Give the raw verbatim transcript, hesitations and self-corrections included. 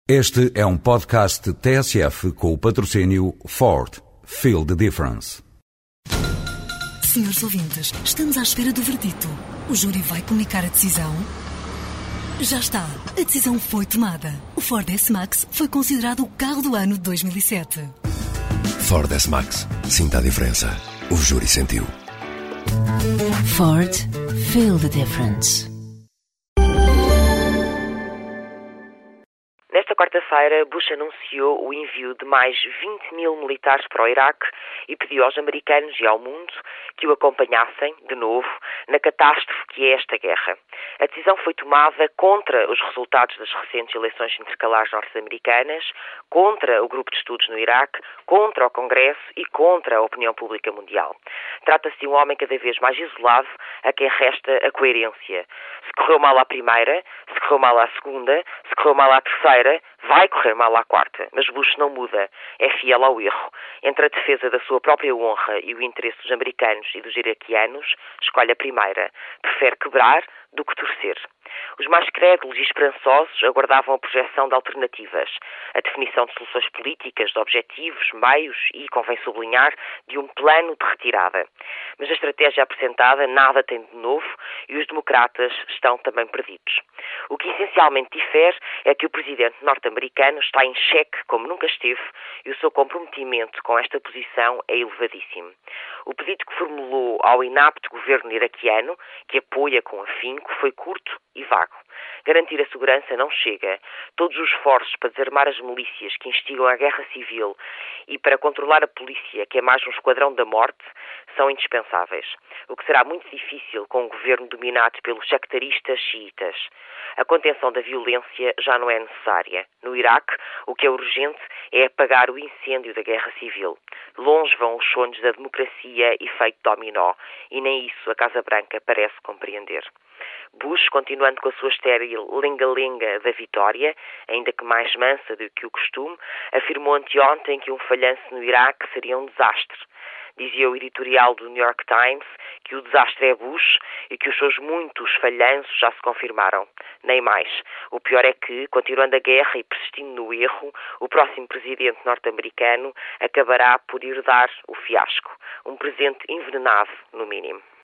Este é um podcast T S F com o patrocínio Ford. Feel the difference. Senhores ouvintes, estamos à espera do verdito. O júri vai comunicar a decisão? Já está. A decisão foi tomada. O Ford S-Max foi considerado o carro do ano de dois mil e sete. Ford S-Max. Sinta a diferença. O júri sentiu. Ford. Feel the difference. Nesta quarta-feira, Bush anunciou o envio de mais vinte mil militares para o Iraque e pediu aos americanos e ao mundo que o acompanhassem, de novo, na catástrofe que é esta guerra. A decisão foi tomada contra os resultados das recentes eleições intercalares norte-americanas, contra o grupo de estudos no Iraque, contra o Congresso e contra a opinião pública mundial. Trata-se de um homem cada vez mais isolado, a quem resta a coerência. Se correu mal à primeira, se correu mal à segunda, se correu mal à terceira, vai correr mal à quarta, mas Bush não muda, é fiel ao erro. Entre a defesa da sua própria honra e o interesse dos americanos e dos iraquianos, escolhe a primeira. Prefere quebrar do que torcer. Os mais crédulos e esperançosos aguardavam a projeção de alternativas, a definição de soluções políticas, de objetivos, meios e, convém sublinhar, de um plano de retirada. Mas a estratégia apresentada nada tem de novo e os democratas estão também perdidos. O que essencialmente difere é que o presidente norte-americano está em xeque como nunca esteve e o seu comprometimento com esta posição é elevadíssimo. O pedido que formulou ao inapto governo iraquiano, que apoia com afinco, foi curto e vago. Garantir a segurança não chega. Todos os esforços para desarmar as milícias que instigam a guerra civil e para controlar a polícia, que é mais um esquadrão da morte, são indispensáveis. O que será muito difícil com um governo dominado pelos sectaristas xiitas. A contenção da violência já não é necessária. No Iraque, o que é urgente é apagar o incêndio da guerra civil. Longe vão os sonhos da democracia e efeito dominó, e nem isso a Casa Branca parece compreender. Bush, continuando com a sua estéril lenga-lenga da vitória, ainda que mais mansa do que o costume, afirmou anteontem que um falhanço no Iraque seria um desastre. Dizia o editorial do New York Times que o desastre é Bush e que os seus muitos falhanços já se confirmaram. Nem mais. O pior é que, continuando a guerra e persistindo no erro, o próximo presidente norte-americano acabará por herdar o fiasco. Um presente envenenado, no mínimo.